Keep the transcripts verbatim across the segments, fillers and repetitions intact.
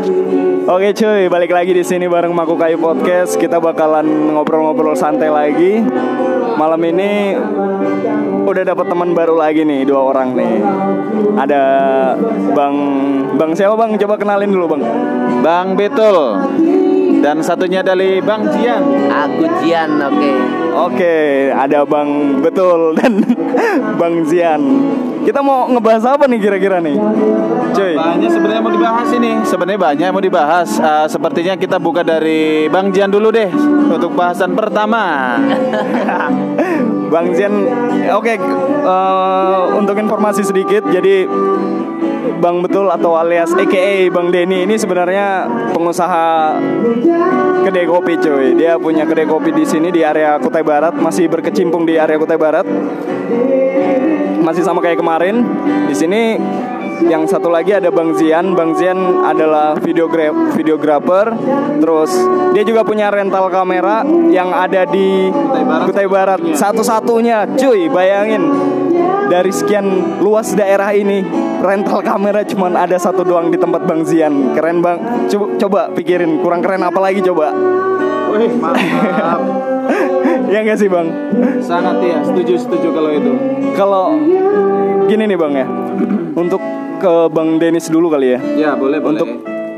Oke cuy, balik lagi di sini bareng Maku Kayu Podcast. Kita bakalan ngobrol-ngobrol santai lagi. Malam ini udah dapat teman baru lagi nih, dua orang nih. Ada Bang Bang siapa Bang? Coba kenalin dulu Bang. Bang Betul. Dan satunya dari Bang Jian. Aku Jian, oke. Okay. Oke, ada Bang Betul dan Bang Jian. Kita mau ngebahas apa nih kira-kira nih, cuy? Banyak sebenarnya mau dibahas ini. Sebenarnya banyak mau dibahas. Uh, sepertinya kita buka dari Bang Jian dulu deh untuk bahasan pertama. Bang Jian, oke. Okay, uh, untuk informasi sedikit, jadi Bang Betul atau alias A K A Bang Denny ini sebenarnya pengusaha kedai kopi cuy. Dia punya kedai kopi di sini di area Kutai Barat, masih berkecimpung di area Kutai Barat. Masih sama kayak kemarin. Di sini yang satu lagi ada Bang Zian. Bang Zian adalah videogra- videografer. Terus dia juga punya rental kamera yang ada di Kutai Barat, Kutai Barat. Satu-satunya cuy, bayangin. Dari sekian luas daerah ini, rental kamera cuma ada satu doang di tempat Bang Zian. Keren Bang. Coba, coba pikirin, kurang keren apa lagi coba. Wih, mantap. Ya nggak sih Bang? Sangat ya, setuju setuju kalau itu. Kalau gini nih Bang ya, untuk ke Bang Dennis dulu kali ya. Ya boleh boleh. Untuk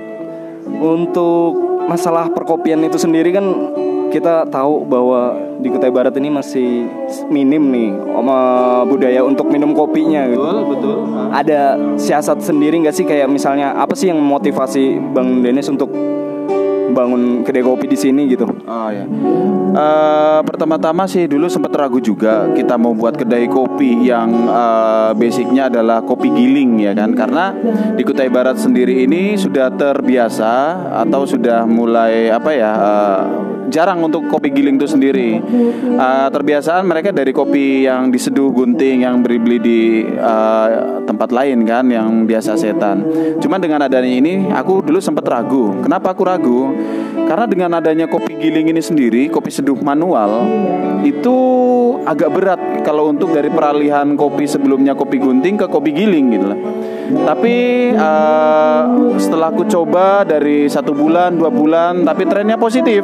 untuk masalah perkopian itu sendiri kan kita tahu bahwa di Kutai Barat ini masih minim nih oma budaya untuk minum kopinya gitu. Betul betul. Ada siasat sendiri nggak sih, kayak misalnya apa sih yang motivasi Bang Dennis untuk bangun kedai kopi di sini gitu? Oh ya. Uh, pertama-tama sih dulu sempat ragu juga kita mau buat kedai kopi yang uh, basicnya adalah kopi giling ya kan, karena di Kutai Barat sendiri ini sudah terbiasa atau sudah mulai apa ya uh, jarang untuk kopi giling itu sendiri. Uh, terbiasaan mereka dari kopi yang diseduh gunting yang beli-beli di uh, tempat lain kan, yang biasa setan. Cuman dengan adanya ini aku dulu sempat ragu. Kenapa aku ragu? Karena dengan adanya kopi giling ini sendiri, kopi seduh manual itu agak berat kalau untuk dari peralihan kopi sebelumnya kopi gunting ke kopi giling gitu lah. Tapi uh, setelah aku coba dari satu bulan, dua bulan, tapi trennya positif.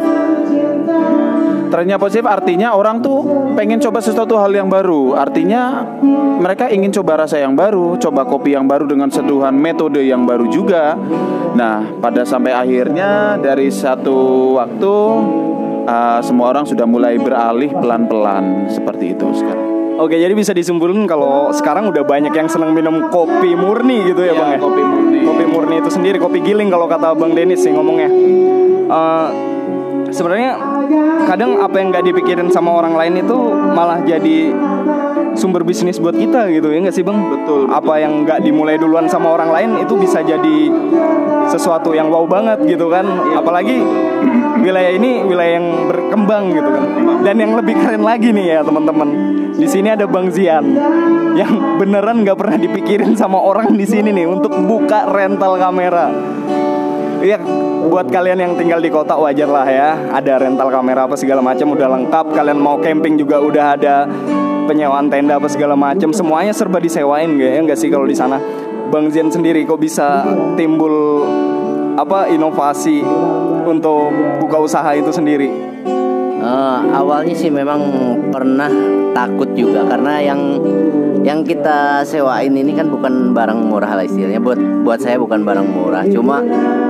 Trennya positif artinya orang tuh pengen coba sesuatu hal yang baru. Artinya mereka ingin coba rasa yang baru, coba kopi yang baru dengan seduhan metode yang baru juga. Nah, pada sampai akhirnya dari satu waktu uh, semua orang sudah mulai beralih pelan-pelan seperti itu sekarang. Oke, jadi bisa disimpulkan kalau sekarang udah banyak yang senang minum kopi murni gitu ya, ya Bang ya? Kopi murni. Kopi murni itu sendiri, kopi giling kalau kata Bang Dennis sih ngomongnya. Uh, Sebenarnya kadang apa yang nggak dipikirin sama orang lain itu malah jadi sumber bisnis buat kita gitu ya nggak sih Bang? Betul, betul. Apa yang nggak dimulai duluan sama orang lain itu bisa jadi sesuatu yang wow banget gitu kan? Ya, apalagi wilayah ini wilayah yang berkembang gitu kan. Dan yang lebih keren lagi nih ya teman-teman, di sini ada Bang Zian yang beneran nggak pernah dipikirin sama orang di sini nih untuk buka rental kamera. Iya, buat kalian yang tinggal di kota wajar lah ya, ada rental kamera apa segala macam udah lengkap. Kalian mau camping juga udah ada penyewaan tenda apa segala macam, semuanya serba disewain gak ya nggak sih kalau di sana. Bang Zian sendiri kok bisa timbul apa inovasi untuk buka usaha itu sendiri? Uh, awalnya sih memang pernah takut juga karena yang yang kita sewain ini kan bukan barang murah lah istilahnya. Buat buat saya bukan barang murah. Cuma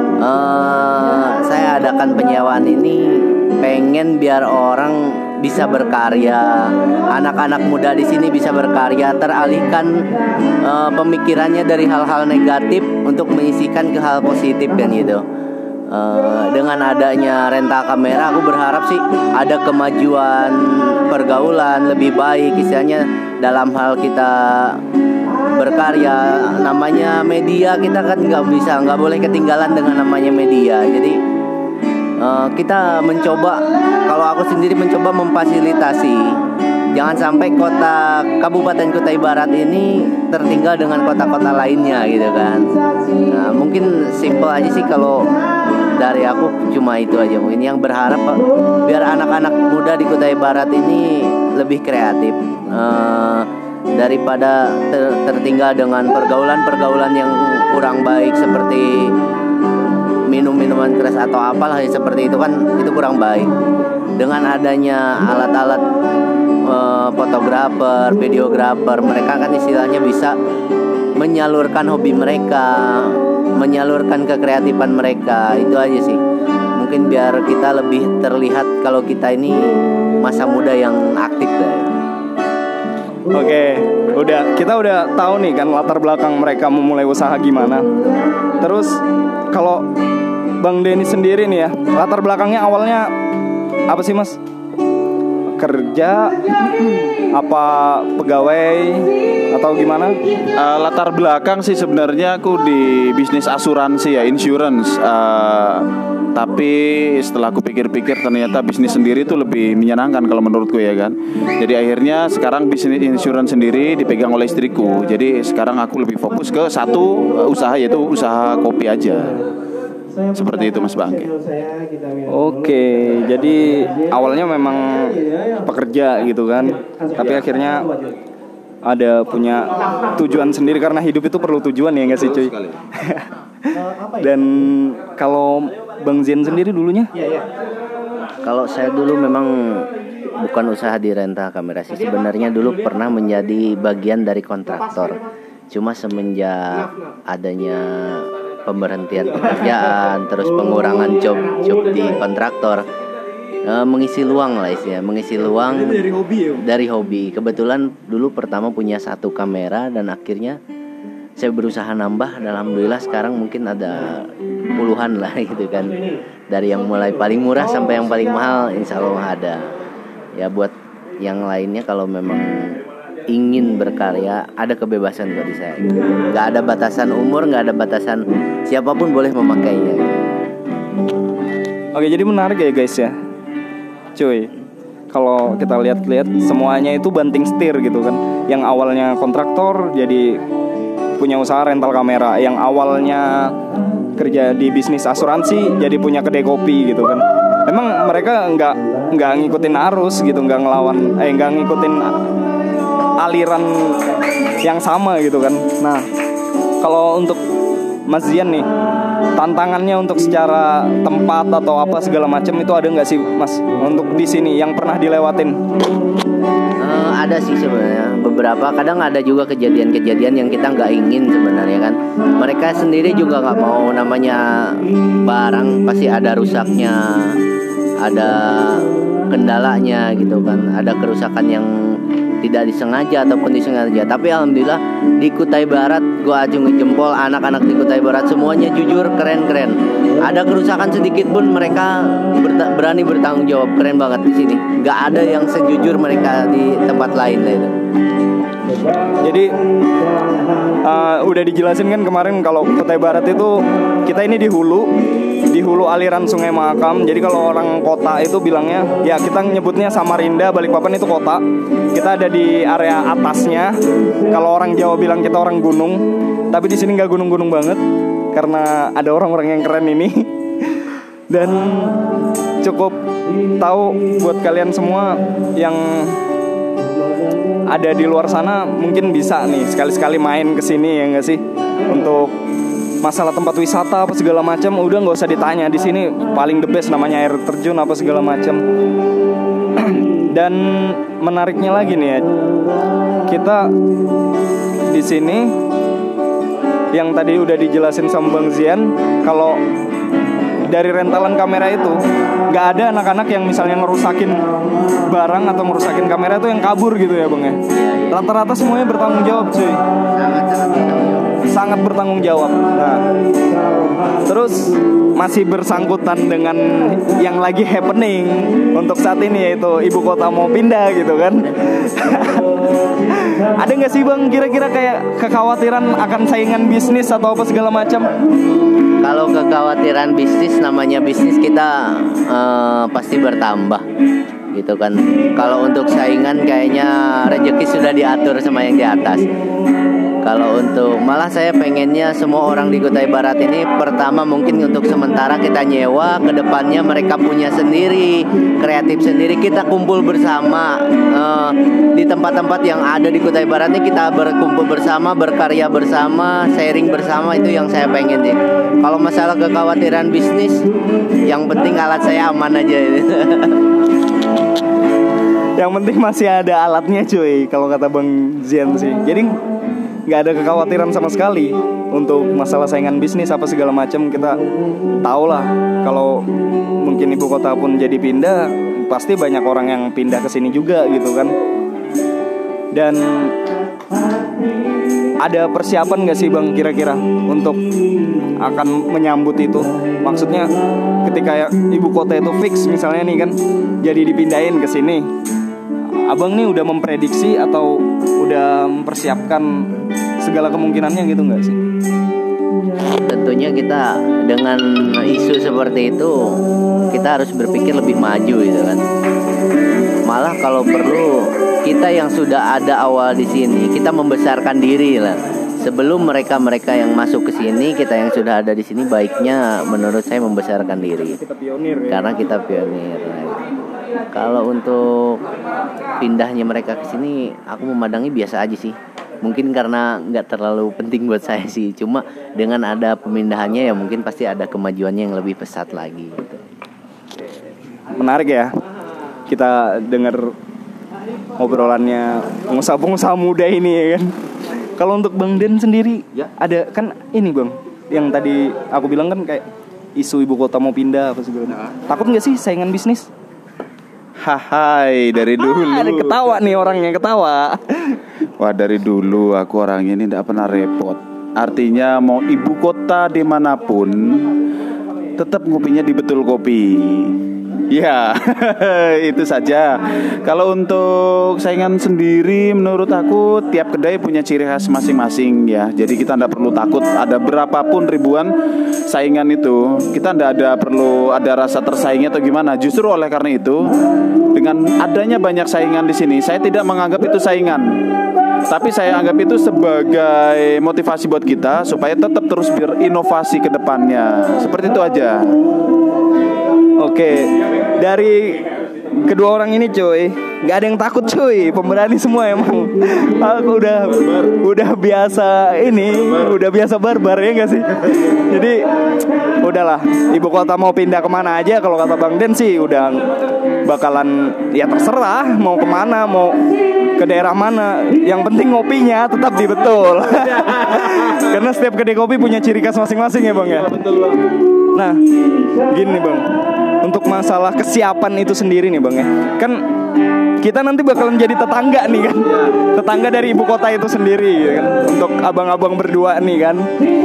uh, saya adakan penyewaan ini pengen biar orang bisa berkarya, anak-anak muda di sini bisa berkarya, teralihkan uh, pemikirannya dari hal-hal negatif untuk mengisikan ke hal positif kan gitu. Uh, dengan adanya rental kamera, aku berharap sih ada kemajuan pergaulan lebih baik, istilahnya dalam hal kita berkarya. Namanya media, kita kan nggak bisa, nggak boleh ketinggalan dengan namanya media. Jadi uh, kita mencoba, kalau aku sendiri mencoba memfasilitasi, jangan sampai kota Kabupaten Kutai Barat ini tertinggal dengan kota-kota lainnya gitu kan. Nah, mungkin simple aja sih kalau dari aku, cuma itu aja mungkin yang berharap biar anak-anak muda di Kutai Barat ini lebih kreatif uh, daripada ter- tertinggal dengan pergaulan-pergaulan yang kurang baik seperti minuman keras atau apalah ya seperti itu kan, itu kurang baik. Dengan adanya alat-alat uh, fotografer, videografer, mereka kan istilahnya bisa menyalurkan hobi mereka, menyalurkan kekreatifan mereka. Itu aja sih. Mungkin biar kita lebih terlihat kalau kita ini masa muda yang aktif lah. Oke, udah kita udah tahu nih kan latar belakang mereka memulai usaha gimana. Terus kalau Bang Denny sendiri nih ya, latar belakangnya awalnya apa sih Mas? Kerja, apa pegawai atau gimana? Uh, latar belakang sih sebenarnya aku di bisnis asuransi ya, insurance. Uh, tapi setelah aku pikir-pikir ternyata bisnis sendiri itu lebih menyenangkan kalau menurutku ya kan. Jadi akhirnya sekarang bisnis insurance sendiri dipegang oleh istriku. Jadi sekarang aku lebih fokus ke satu uh, usaha, yaitu usaha kopi aja. Seperti itu Mas Bangke. Oke, jadi awalnya memang pekerja gitu kan, tapi akhirnya ada punya tujuan sendiri karena hidup itu perlu tujuan ya nggak sih cuy? Dan kalau Bang Zian sendiri dulunya? Kalau saya dulu memang bukan usaha di rental kamera sih. Sebenarnya dulu pernah menjadi bagian dari kontraktor. Cuma semenjak adanya pemberhentian pekerjaan, terus pengurangan job job di kontraktor, e, mengisi luang lah istilahnya, mengisi luang dari hobi ya? Dari hobi. Kebetulan dulu pertama punya satu kamera dan akhirnya saya berusaha nambah. Alhamdulillah sekarang mungkin ada puluhan lah gitu kan. Dari yang mulai paling murah sampai yang paling mahal, insya Allah ada. Ya buat yang lainnya kalau memang ingin berkarya, ada kebebasan bagi saya. Gak ada batasan umur, gak ada batasan, siapapun boleh memakainya. Oke, jadi menarik ya guys ya, cuy. Kalau kita lihat-lihat semuanya itu banting setir gitu kan. Yang awalnya kontraktor jadi punya usaha rental kamera. Yang awalnya kerja di bisnis asuransi jadi punya kedai kopi gitu kan. Memang mereka nggak nggak ngikutin arus gitu, nggak ngelawan, eh nggak ngikutin aliran yang sama gitu kan. Nah, kalau untuk Mas Zian nih, tantangannya untuk secara tempat atau apa segala macam itu ada nggak sih Mas untuk di sini yang pernah dilewatin? Uh, ada sih sebenarnya beberapa. Kadang ada juga kejadian-kejadian yang kita nggak ingin sebenarnya kan. Mereka sendiri juga nggak mau, namanya barang pasti ada rusaknya, ada kendalanya gitu kan, ada kerusakan yang tidak disengaja ataupun disengaja. Tapi alhamdulillah di Kutai Barat, gua acungi jempol, anak-anak di Kutai Barat semuanya jujur, keren-keren. Ada kerusakan sedikit pun mereka berta- berani bertanggung jawab. Keren banget di sini. Gak ada yang sejujur mereka di tempat lain lah itu. Jadi uh, udah dijelasin kan kemarin kalau Kutai Barat itu kita ini di hulu, di hulu aliran Sungai Mahakam. Jadi kalau orang kota itu bilangnya, ya kita nyebutnya Samarinda, Balikpapan itu kota. Kita ada di area atasnya. Kalau orang Jawa bilang kita orang gunung, tapi di sini nggak gunung-gunung banget karena ada orang-orang yang keren ini. Dan cukup tahu buat kalian semua yang ada di luar sana mungkin bisa nih sekali-sekali main ke sini ya nggak sih, untuk masalah tempat wisata apa segala macam udah nggak usah ditanya, di sini paling the best, namanya air terjun apa segala macam. Dan menariknya lagi nih ya, kita di sini yang tadi udah dijelasin sama Bang Zian, kalau dari rentalan kamera itu nggak ada anak-anak yang misalnya ngerusakin barang atau ngerusakin kamera itu yang kabur gitu ya Bang ya. Rata-rata semuanya bertanggung jawab cuy. Sangat bertanggung jawab. Nah, terus masih bersangkutan dengan yang lagi happening untuk saat ini, yaitu ibu kota mau pindah gitu kan. Ada nggak sih Bang kira-kira kayak kekhawatiran akan saingan bisnis atau apa segala macam? Kalau kekhawatiran bisnis, namanya bisnis kita uh, pasti bertambah gitu kan. Kalau untuk saingan kayaknya rezeki sudah diatur sama yang di atas. Kalau untuk malah saya pengennya semua orang di Kutai Barat ini pertama mungkin untuk sementara kita nyewa, kedepannya mereka punya sendiri, kreatif sendiri, kita kumpul bersama uh, di tempat-tempat yang ada di Kutai Barat ini, kita berkumpul bersama, berkarya bersama, sharing bersama, itu yang saya pengen sih. Kalau masalah kekhawatiran bisnis, yang penting alat saya aman aja. Yang penting masih ada alatnya cuy, kalau kata Bang Zian sih. Jadi nggak ada kekhawatiran sama sekali untuk masalah saingan bisnis apa segala macam. Kita tahu lah kalau mungkin ibu kota pun jadi pindah, pasti banyak orang yang pindah ke sini juga gitu kan. Dan ada persiapan nggak sih Bang kira-kira untuk akan menyambut itu? Maksudnya ketika ya, ibu kota itu fix misalnya nih kan, jadi dipindahin ke sini, Abang nih udah memprediksi atau udah mempersiapkan segala kemungkinannya gitu nggak sih? Tentunya kita dengan isu seperti itu kita harus berpikir lebih maju gitu kan. Malah kalau perlu kita yang sudah ada awal di sini kita membesarkan diri lah. Sebelum mereka-mereka yang masuk ke sini, kita yang sudah ada di sini baiknya menurut saya membesarkan diri. Kita pionir ya. Karena kita pionir. Kalau untuk pindahnya mereka ke sini, aku memandangi biasa aja sih. Mungkin karena nggak terlalu penting buat saya sih. Cuma dengan ada pemindahannya ya mungkin pasti ada kemajuannya yang lebih pesat lagi gitu. Menarik ya. Kita dengar obrolannya pengusaha-pengusaha muda ini ya kan. Kalau untuk Bang Den sendiri ya, ada kan ini Bang, yang tadi aku bilang kan kayak isu ibu kota mau pindah apa segala. Nah. Takut nggak sih saingan bisnis? Hahai dari dulu. Ah, ada ketawa nih orangnya ketawa. Wah dari dulu aku orang ini tidak pernah repot. Artinya mau ibu kota dimanapun tetap ngopinya di Betul Kopi. Ya itu saja. Kalau untuk saingan sendiri menurut aku tiap kedai punya ciri khas masing-masing ya. Jadi kita tidak perlu takut ada berapapun ribuan saingan itu. Kita tidak ada perlu ada rasa tersaingi atau gimana. Justru oleh karena itu dengan adanya banyak saingan di sini, saya tidak menganggap itu saingan. Tapi saya anggap itu sebagai motivasi buat kita supaya tetap terus berinovasi ke depannya. Seperti itu aja. Oke, dari kedua orang ini cuy, nggak ada yang takut cuy, pemberani semua emang. Aku udah udah biasa ini, udah biasa barbar ya nggak sih. Jadi udahlah, ibu kota mau pindah kemana aja kalau kata Bang Den sih udah bakalan ya terserah mau kemana, mau ke daerah mana. Yang penting ngopinya tetap di Betul. Karena setiap kedai kopi punya ciri khas masing-masing ya Bang ya. Betul Bang. Nah, gini Bang, untuk masalah kesiapan itu sendiri nih Bang ya, kan kita nanti bakalan jadi tetangga nih kan, tetangga dari ibu kota itu sendiri ya kan. Untuk abang-abang berdua nih kan,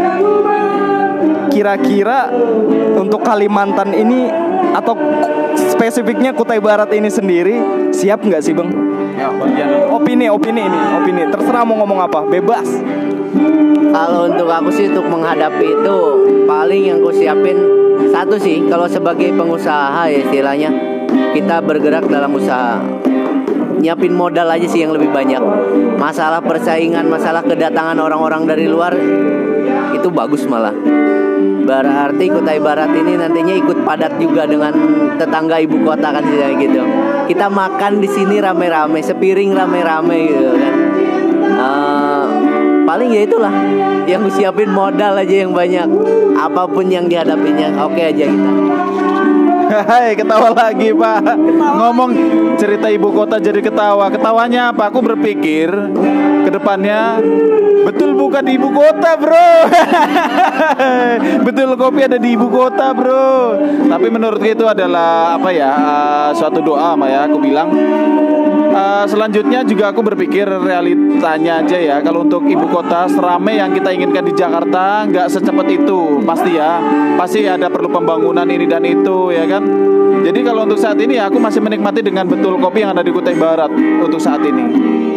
kira-kira untuk Kalimantan ini atau spesifiknya Kutai Barat ini sendiri siap nggak sih Bang? Ya, Opini, opini ini, opini. Terserah mau ngomong apa, bebas. Kalau untuk aku sih untuk menghadapi itu paling yang aku siapin satu sih, kalau sebagai pengusaha ya istilahnya kita bergerak dalam usaha, nyiapin modal aja sih yang lebih banyak. Masalah persaingan, masalah kedatangan orang-orang dari luar itu bagus malah. Berarti Kutai Barat ini nantinya ikut padat juga dengan tetangga ibu kota kan gitu. Kita makan di sini rame-rame, sepiring rame-rame gitu kan. Uh, paling ya itulah yang gue siapin modal aja yang banyak. Apapun yang dihadapinya, oke aja kita. Hai, ketawa lagi Pak. Ngomong cerita ibu kota jadi ketawa. Ketawanya apa? Aku berpikir ke depannya Betul bukan di ibu kota bro. Betul Kopi ada di ibu kota bro. Tapi menurutku itu adalah apa ya, uh, suatu doa Mbak ya. Aku bilang uh, selanjutnya juga aku berpikir realitanya aja ya. Kalau untuk ibu kota seramai yang kita inginkan di Jakarta, nggak secepat itu pasti ya. Pasti ada perlu pembangunan ini dan itu ya kan. Jadi kalau untuk saat ini aku masih menikmati dengan Betul Kopi yang ada di Kutai Barat untuk saat ini.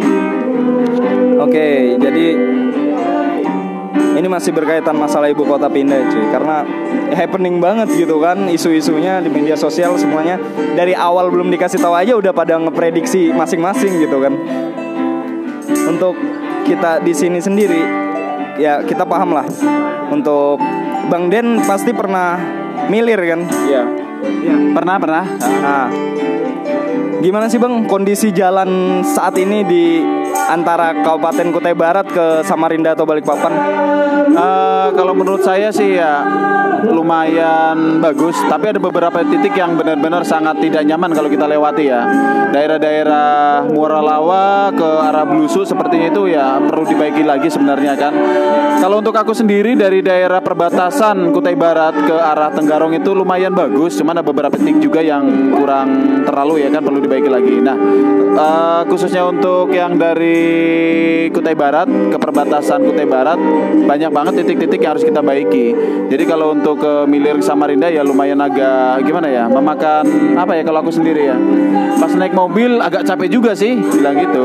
Oke, jadi ini masih berkaitan masalah ibu kota pindah cuy. Karena happening banget gitu kan isu-isunya di media sosial semuanya. Dari awal belum dikasih tahu aja udah pada ngeprediksi masing-masing gitu kan. Untuk kita di sini sendiri, ya kita paham lah. Untuk Bang Den pasti pernah milir kan? Iya. Iya. Pernah, pernah. Nah, gimana sih Bang kondisi jalan saat ini di antara Kabupaten Kutai Barat ke Samarinda atau Balikpapan? Uh, kalau menurut saya sih ya lumayan bagus, tapi ada beberapa titik yang benar-benar sangat tidak nyaman kalau kita lewati ya. Daerah-daerah Muaralawa ke arah Blusu sepertinya itu ya perlu dibaiki lagi sebenarnya kan. Kalau untuk aku sendiri dari daerah perbatasan Kutai Barat ke arah Tenggarong itu lumayan bagus, cuman ada beberapa titik juga yang kurang terlalu ya kan, perlu dibaiki lagi. Nah, uh, khususnya untuk yang dari Kutai Barat ke perbatasan Kutai Barat banyak banget titik-titik yang harus kita baiki. Jadi kalau untuk ke Milir Samarinda ya lumayan agak gimana ya, memakan apa ya kalau aku sendiri ya. Pas naik mobil agak capek juga sih, bilang gitu.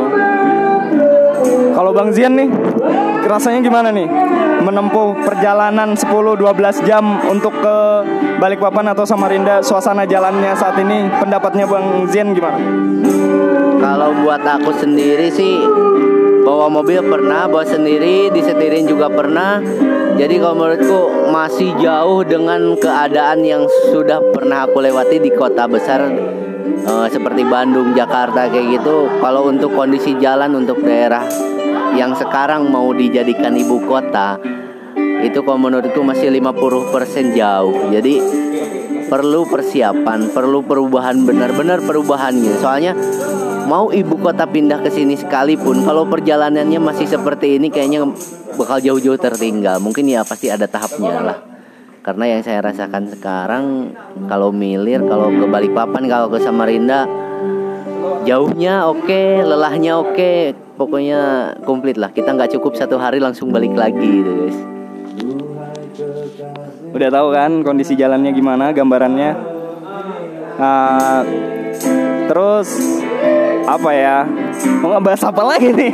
Kalau Bang Zian nih, rasanya gimana nih menempuh perjalanan sepuluh dua belas jam untuk ke Balikpapan atau Samarinda? Suasana jalannya saat ini, pendapatnya Bang Zian gimana? Kalau buat aku sendiri sih, bawa mobil pernah, bawa sendiri, disetirin juga pernah. Jadi kalau menurutku masih jauh dengan keadaan yang sudah pernah aku lewati di kota besar uh, seperti Bandung, Jakarta kayak gitu. Kalau untuk kondisi jalan untuk daerah yang sekarang mau dijadikan ibu kota, itu kalau menurutku masih lima puluh persen jauh. Jadi perlu persiapan, perlu perubahan, benar-benar perubahannya. Soalnya mau ibu kota pindah ke sini sekalipun, kalau perjalanannya masih seperti ini kayaknya bakal jauh-jauh tertinggal. Mungkin ya pasti ada tahapnya lah. Karena yang saya rasakan sekarang, kalau milir, kalau ke Balikpapan, kalau ke Samarinda, jauhnya oke, okay, lelahnya oke, okay. Pokoknya komplit lah. Kita nggak cukup satu hari langsung balik lagi gitu guys. Udah tahu kan kondisi jalannya gimana, gambarannya. Nah, terus apa ya? Mau ngebahas apa lagi nih?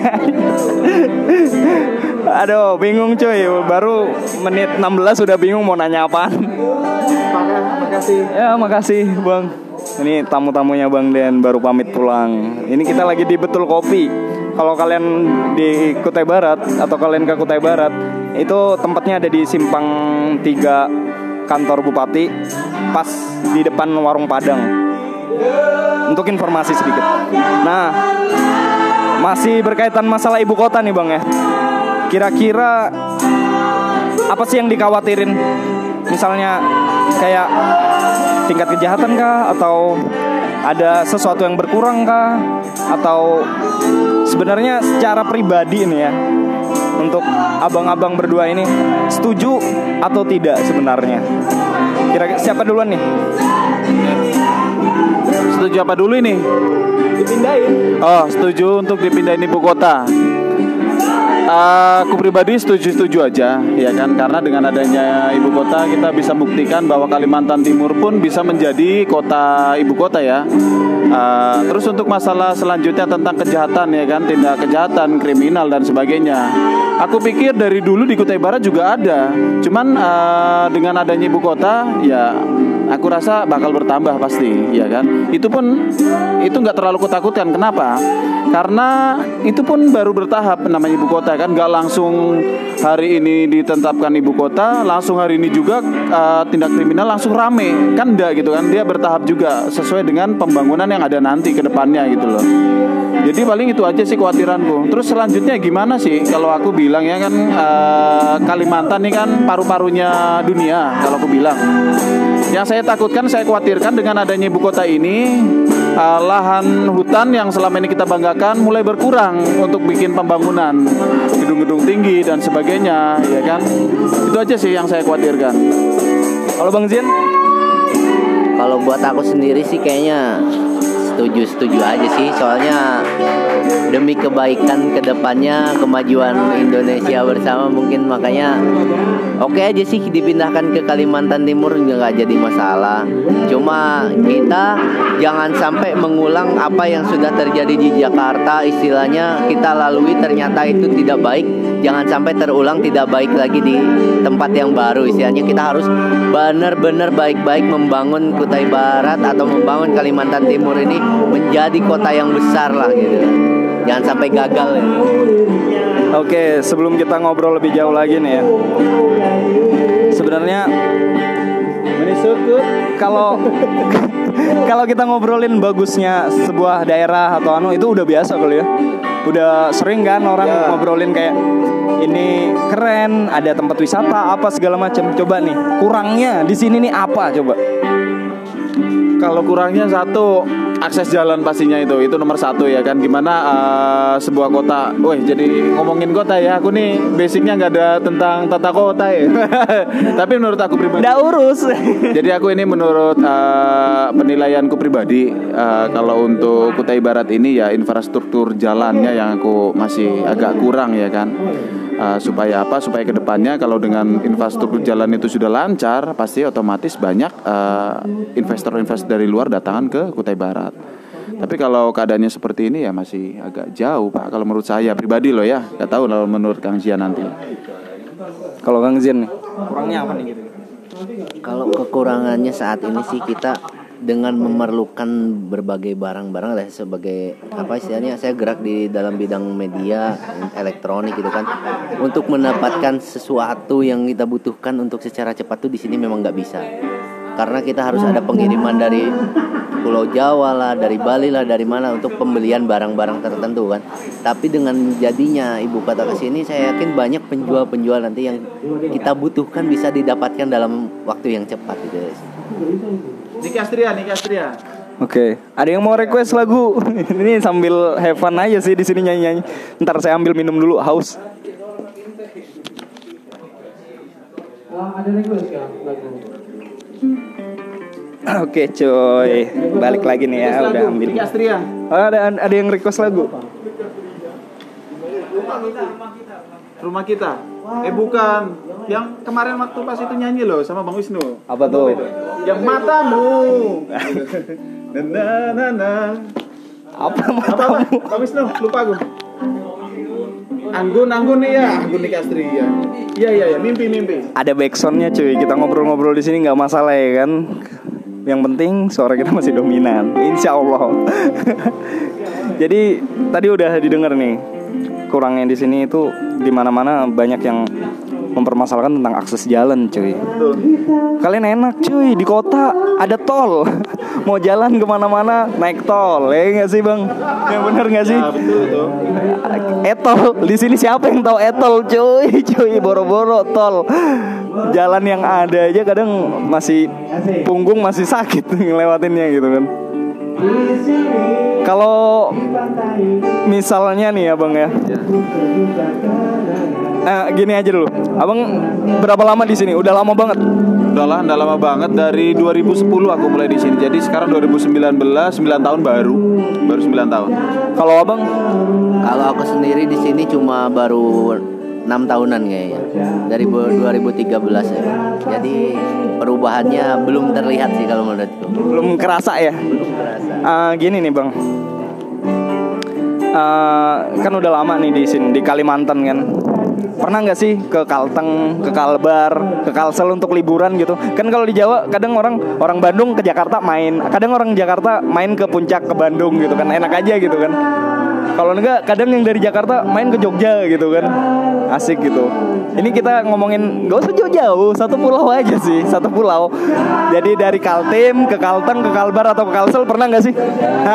Aduh, bingung cuy. Baru menit enam belas sudah bingung mau nanya apaan. Makasih. Ya, makasih, Bang. Ini tamu-tamunya Bang Den baru pamit pulang. Ini kita lagi di Betul Kopi. Kalau kalian di Kutai Barat atau kalian ke Kutai Barat, itu tempatnya ada di Simpang tiga kantor Bupati, pas di depan Warung Padang. Untuk informasi sedikit. Nah, masih berkaitan masalah ibu kota nih Bang ya. Kira-kira apa sih yang dikhawatirin? Misalnya kayak tingkat kejahatan kah? Atau ada sesuatu yang berkurang kah? Atau sebenarnya secara pribadi nih ya, untuk abang-abang berdua ini setuju atau tidak sebenarnya? Kira-kira siapa duluan nih? Setuju apa dulu ini? Dipindahin. Oh, setuju untuk dipindahin ibu kota. Aku pribadi setuju-setuju aja, ya kan, karena dengan adanya ibu kota kita bisa buktikan bahwa Kalimantan Timur pun bisa menjadi kota ibu kota ya. Uh, terus untuk masalah selanjutnya tentang kejahatan ya kan, tindak kejahatan, kriminal dan sebagainya. Aku pikir dari dulu di Kutai Barat juga ada, cuman uh, dengan adanya ibu kota ya aku rasa bakal bertambah pasti, ya kan. Itu pun itu nggak terlalu kutakutkan. Kenapa? Karena itu pun baru bertahap namanya ibu kota kan, nggak langsung hari ini ditetapkan ibu kota, langsung hari ini juga uh, tindak kriminal langsung rame kan, enggak gitu kan. Dia bertahap juga sesuai dengan pembangunan yang ada nanti ke depannya gitu loh. Jadi paling itu aja sih kekhawatiranku. Terus selanjutnya gimana sih? Kalau aku bilang ya kan, uh, Kalimantan ini kan paru-parunya dunia kalau aku bilang. Yang saya takutkan, saya khawatirkan dengan adanya ibu kota ini, uh, lahan hutan yang selama ini kita banggakan mulai berkurang untuk bikin pembangunan gedung-gedung tinggi dan sebagainya, ya kan? Itu aja sih yang saya khawatirkan. Kalau Bang Zian? Kalau buat aku sendiri sih kayaknya setuju-setuju aja sih. Soalnya demi kebaikan kedepannya, kemajuan Indonesia bersama mungkin, makanya oke okay aja sih dipindahkan ke Kalimantan Timur, nggak jadi masalah. Cuma kita jangan sampai mengulang apa yang sudah terjadi di Jakarta, istilahnya kita lalui ternyata itu tidak baik. Jangan sampai terulang tidak baik lagi di tempat yang baru. Istilahnya kita harus benar-benar baik-baik membangun Kutai Barat atau membangun Kalimantan Timur ini menjadi kota yang besar lah gitu. jangan sampai gagal ya. Oke, sebelum kita ngobrol lebih jauh lagi nih ya. Sebenarnya kalau kalau kita ngobrolin bagusnya sebuah daerah atau anu itu udah biasa kali ya. Udah sering kan orang ya. Ngobrolin kayak ini keren, ada tempat wisata apa segala macam. Coba nih, kurangnya di sini nih apa coba? Kalau kurangnya satu, akses jalan pastinya itu itu nomor satu ya kan. Gimana uh, sebuah kota, wah jadi ngomongin kota ya, aku nih basicnya nggak ada tentang tata kota ya. Tapi menurut aku pribadi nggak urus. Jadi aku ini menurut uh, penilaianku pribadi, uh, kalau untuk Kutai Barat ini ya infrastruktur jalannya yang aku masih agak kurang ya kan. Uh, supaya apa? Supaya kedepannya kalau dengan infrastruktur jalan itu sudah lancar, pasti otomatis banyak uh, investor-investor dari luar datangan ke Kutai Barat. Tapi kalau keadaannya seperti ini ya masih agak jauh Pak. Kalau menurut saya pribadi loh ya, nggak tahu kalau menurut Kang Zian nanti. Kalau Kang Zian nih, kurangnya apa nih gitu? Kalau kekurangannya saat ini sih kita dengan memerlukan berbagai barang-barang lah, sebagai apa istilahnya, saya gerak di dalam bidang media elektronik gitu kan, untuk mendapatkan sesuatu yang kita butuhkan untuk secara cepat tuh di sini memang nggak bisa, karena kita harus ada pengiriman dari Pulau Jawa lah, dari Bali lah, dari mana untuk pembelian barang-barang tertentu kan. Tapi dengan jadinya ibu kota ke sini, saya yakin banyak penjual-penjual nanti yang kita butuhkan bisa didapatkan dalam waktu yang cepat gitu. Niki Astria, Niki Astria. Oke, ada yang mau request lagu? Ini sambil have fun aja sih di sini nyanyi-nyanyi. Ntar saya ambil minum dulu, haus. Ada request ya lagu? Oke coy, balik lagi nih ya, udah ambil. Niki Astria. Oh, ada ada yang request lagu. Rumah kita. Eh bukan, yang kemarin waktu pas itu nyanyi loh sama Bang Wisnu. Apa tuh? Yang matamu. Nah, nah, nah. Apa Apa, matamu? apa? Bang Wisnu, lupa aku. Anggun, Anggun nih ya, Anggun Niki Astria. Iya iya iya, mimpi mimpi. Ada backsoundnya cuy, kita ngobrol-ngobrol di sini nggak masalah ya kan. Yang penting suara kita masih dominan, insya Allah. Jadi tadi udah didengar nih, kurangnya di sini itu di mana-mana banyak yang mempermasalahkan tentang akses jalan cuy. Betul. Kalian enak cuy, di kota ada tol. Mau jalan kemana-mana naik tol, ya nggak sih bang? Yang bener nggak sih? Ya, betul betul. Etol di sini siapa yang tahu etol cuy? Cuy boro-boro tol. Jalan yang ada aja kadang masih punggung masih sakit ngelewatinnya gitu kan. Kalau misalnya nih ya bang ya, eh, gini aja dulu. Abang berapa lama di sini? Udah lama banget. Udah lah, udah lama banget, dari dua ribu sepuluh aku mulai di sini. Jadi sekarang dua ribu sembilan belas, sembilan tahun baru. Baru sembilan tahun. Kalau abang? Kalau aku sendiri di sini cuma baru enam tahunan kayaknya. Dari dua ribu tiga belas ya. Jadi perubahannya belum terlihat sih kalau menurutku. Belum kerasa ya? Belum terasa. Uh, gini nih bang, uh, kan udah lama nih di sini di Kalimantan kan. Pernah nggak sih ke Kalteng, ke Kalbar, ke Kalsel untuk liburan gitu? Kan kalau di Jawa kadang orang orang Bandung ke Jakarta main, kadang orang Jakarta main ke Puncak ke Bandung gitu kan, enak aja gitu kan. Kalau enggak kadang yang dari Jakarta main ke Jogja gitu kan, asik gitu. Ini kita ngomongin gak usah jauh-jauh, satu pulau aja sih, satu pulau. Jadi dari Kaltim ke Kalteng ke Kalbar atau ke Kalsel pernah nggak sih?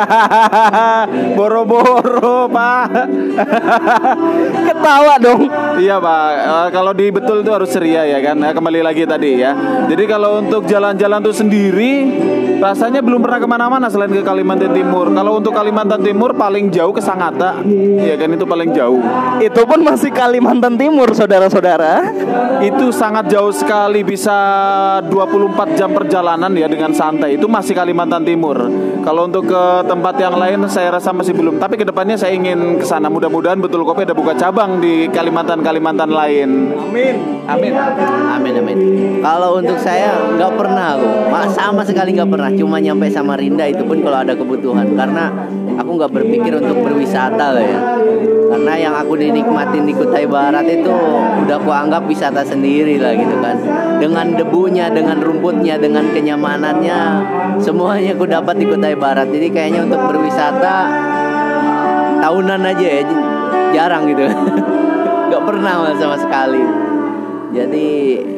Boro-boro pak. Ketawa dong. Iya Pak, uh, kalau di betul itu harus ceria ya kan. Nah, kembali lagi tadi ya. Jadi kalau untuk jalan-jalan tuh sendiri, rasanya belum pernah kemana-mana selain ke Kalimantan Timur. Kalau untuk Kalimantan Timur paling jauh ke Sangatta, ya kan, itu paling jauh. Itu pun masih Kalimantan Timur, saudara-saudara. Itu sangat jauh sekali, bisa dua puluh empat jam perjalanan ya dengan santai. Itu masih Kalimantan Timur. Kalau untuk ke tempat yang lain saya rasa masih belum. Tapi kedepannya saya ingin ke sana. Mudah-mudahan Betul Kopi ada buka cabang di Kalimantan Kalimantan lain. Amin. Amin. Amin amin. Kalau untuk saya nggak pernah aku, sama sekali nggak pernah. Cuma nyampe Samarinda itu pun kalau ada kebutuhan. Karena aku nggak berpikir untuk berwisata loh ya. Karena yang aku dinikmatin di Kutai Barat itu udah aku anggap wisata sendiri lah gitu kan. Dengan debunya, dengan rumputnya, dengan kenyamanannya, semuanya aku dapat di Kutai Barat. Jadi kayaknya untuk berwisata tahunan aja ya, jarang gitu. Nggak pernah sama sekali. Jadi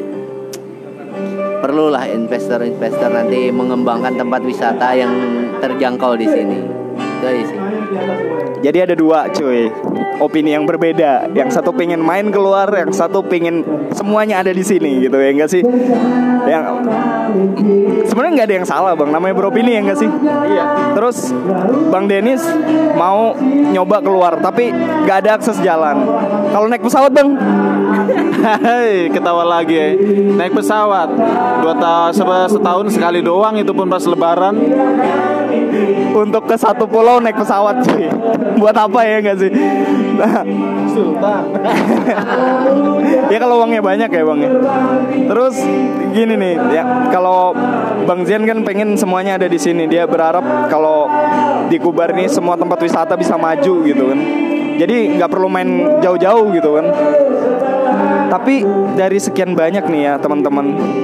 perlulah investor-investor nanti mengembangkan tempat wisata yang terjangkau di sini. Itu aja sih. Jadi ada dua cuy, opini yang berbeda. Yang satu pengen main keluar, yang satu pengen semuanya ada di sini gitu ya enggak sih? Yang sebenarnya nggak ada yang salah bang, namanya beropini ya enggak sih? Iya. Terus Bang Denis mau nyoba keluar tapi nggak ada akses jalan. Kalau naik pesawat bang? Hei, ketawa lagi ya. Naik pesawat dua tahun setahun sekali doang, itu pun pas lebaran. Untuk ke satu pulau naik pesawat cuy. Buat apa ya enggak sih? Nah, Sultan. Ya kalau uangnya banyak ya bang ya. Terus gini nih ya, kalau Bang Zian kan pengen semuanya ada di sini. Dia berharap kalau di Kubar ini semua tempat wisata bisa maju gitu kan. Jadi nggak perlu main jauh-jauh gitu kan. Tapi dari sekian banyak nih ya teman-teman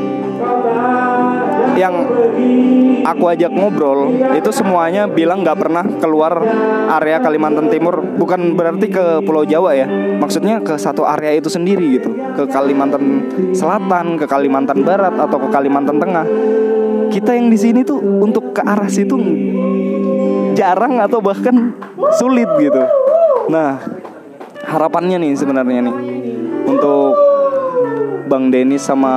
yang aku ajak ngobrol, itu semuanya bilang nggak pernah keluar area Kalimantan Timur. Bukan berarti ke Pulau Jawa ya, maksudnya ke satu area itu sendiri gitu. Ke Kalimantan Selatan, ke Kalimantan Barat, atau ke Kalimantan Tengah. Kita yang di sini tuh untuk ke arah situ jarang atau bahkan sulit gitu. Nah, harapannya nih sebenarnya nih untuk Bang Denis sama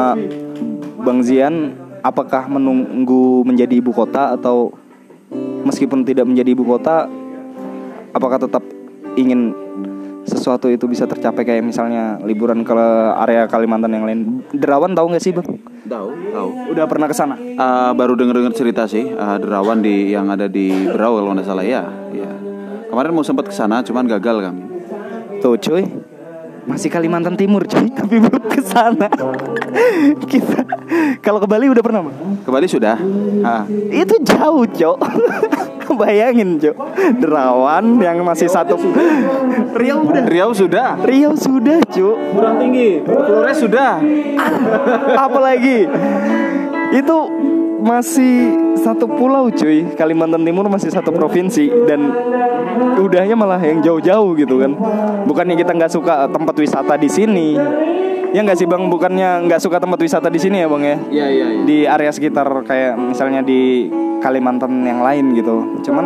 Bang Zian, apakah menunggu menjadi ibu kota, atau meskipun tidak menjadi ibu kota, apakah tetap ingin sesuatu itu bisa tercapai, kayak misalnya liburan ke area Kalimantan yang lain? Derawan tahu nggak sih bang? Tahu, tahu. Udah pernah ke sana? Uh, baru denger-denger cerita sih, uh, Derawan di yang ada di Berau kalau nggak salah ya. Ya. Kemarin mau sempat ke sana, cuman gagal kami. Tuh cuy, masih Kalimantan Timur cuy, tapi belum ke sana. Kita kalau ke Bali udah pernah bang? Ke Bali sudah. Ah. Itu jauh cok. Bayangin cok, Derawan yang masih satu. Riau udah. Riau sudah. Riau sudah cok. Kurang tinggi. Flores sudah. Apalagi itu masih satu pulau cuy. Kalimantan Timur masih satu provinsi, dan udahnya malah yang jauh-jauh gitu kan. Bukannya kita nggak suka tempat wisata di sini, ya nggak sih bang? Bukannya nggak suka tempat wisata di sini ya bang ya? Iya iya. Ya. Di area sekitar kayak misalnya di Kalimantan yang lain gitu. Cuman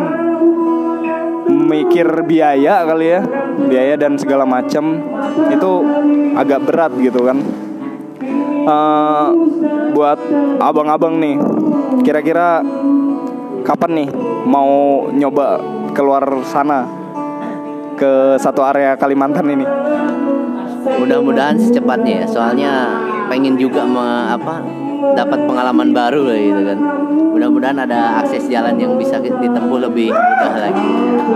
mikir biaya kali ya, biaya dan segala macam itu agak berat gitu kan. Uh, buat abang-abang nih, kira-kira kapan nih mau nyoba keluar sana ke satu area Kalimantan ini? Mudah-mudahan secepatnya ya, soalnya pengen juga me, apa dapat pengalaman baru lah gitu kan. Mudah-mudahan ada akses jalan yang bisa ditempuh lebih mudah lagi.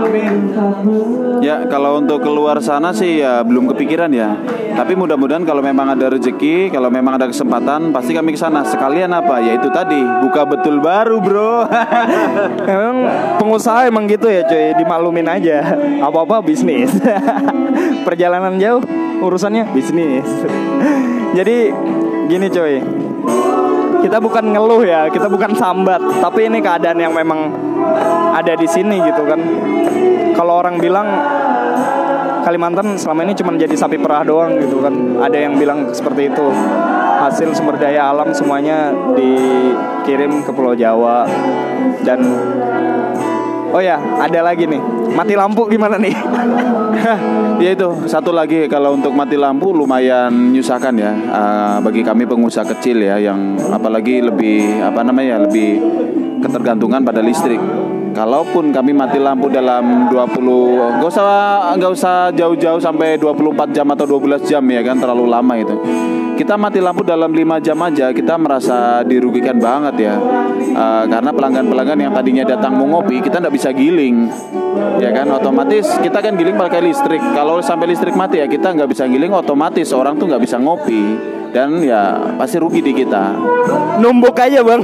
Ya kalau untuk keluar sana sih ya belum kepikiran ya. Tapi mudah-mudahan kalau memang ada rezeki, kalau memang ada kesempatan, pasti kami ke sana. Sekalian apa? Ya itu tadi, buka betul baru bro. Emang pengusaha emang gitu ya cuy, dimaklumin aja. Apa-apa bisnis. Perjalanan jauh urusannya bisnis. Jadi gini cuy, kita bukan ngeluh ya, kita bukan sambat, tapi ini keadaan yang memang ada di sini gitu kan. Kalau orang bilang Kalimantan selama ini cuma jadi sapi perah doang gitu kan, ada yang bilang seperti itu. Hasil sumber daya alam semuanya dikirim ke Pulau Jawa. Dan oh ya, ada lagi nih, mati lampu gimana nih? Ya itu satu lagi, kalau untuk mati lampu lumayan menyusahkan ya, uh, bagi kami pengusaha kecil ya, yang apalagi lebih apa namanya lebih ketergantungan pada listrik. Kalaupun kami mati lampu dalam dua puluh, nggak usah nggak usah jauh-jauh sampai dua puluh empat jam atau dua belas jam ya kan, terlalu lama itu. Kita mati lampu dalam lima jam aja kita merasa dirugikan banget ya, uh, karena pelanggan-pelanggan yang tadinya datang mau ngopi, kita nggak bisa giling ya kan, otomatis kita kan giling pakai listrik. Kalau sampai listrik mati ya kita nggak bisa giling, otomatis orang tuh nggak bisa ngopi, dan ya pasti rugi di kita. Numbuk aja bang.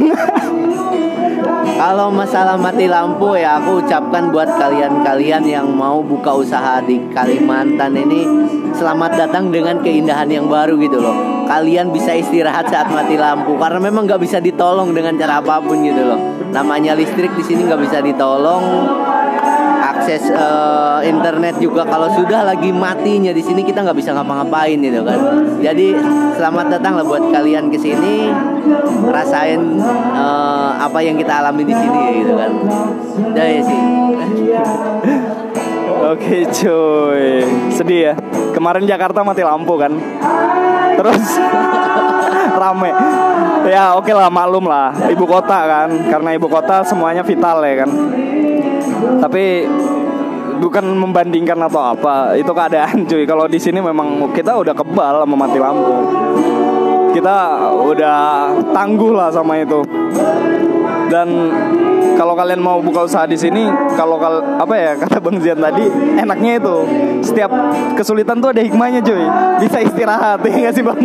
Kalau masalah mati lampu ya, aku ucapkan buat kalian-kalian yang mau buka usaha di Kalimantan ini, selamat datang dengan keindahan yang baru gitu loh. Kalian bisa istirahat saat mati lampu, karena memang nggak bisa ditolong dengan cara apapun gitu loh. Namanya listrik di sini nggak bisa ditolong. akses uh, internet juga kalau sudah lagi matinya di sini kita nggak bisa ngapa-ngapain gitu kan. Jadi selamat datang lah buat kalian ke sini, rasain uh, apa yang kita alami di sini gitu kan. Udah ya sih. Oke cuy, sedih ya. Kemarin Jakarta mati lampu kan, terus rame. Ya oke lah, maklum lah, ibu kota kan, karena ibu kota semuanya vital ya kan. Tapi bukan membandingkan atau apa, itu keadaan cuy. Kalau di sini memang kita udah kebal sama mati lampu, kita udah tangguh lah sama itu. Dan kalau kalian mau buka usaha di sini, kalau kal apa ya kata Bang Zian tadi, enaknya itu setiap kesulitan tuh ada hikmahnya cuy. Bisa istirahat, ya nggak sih Bang?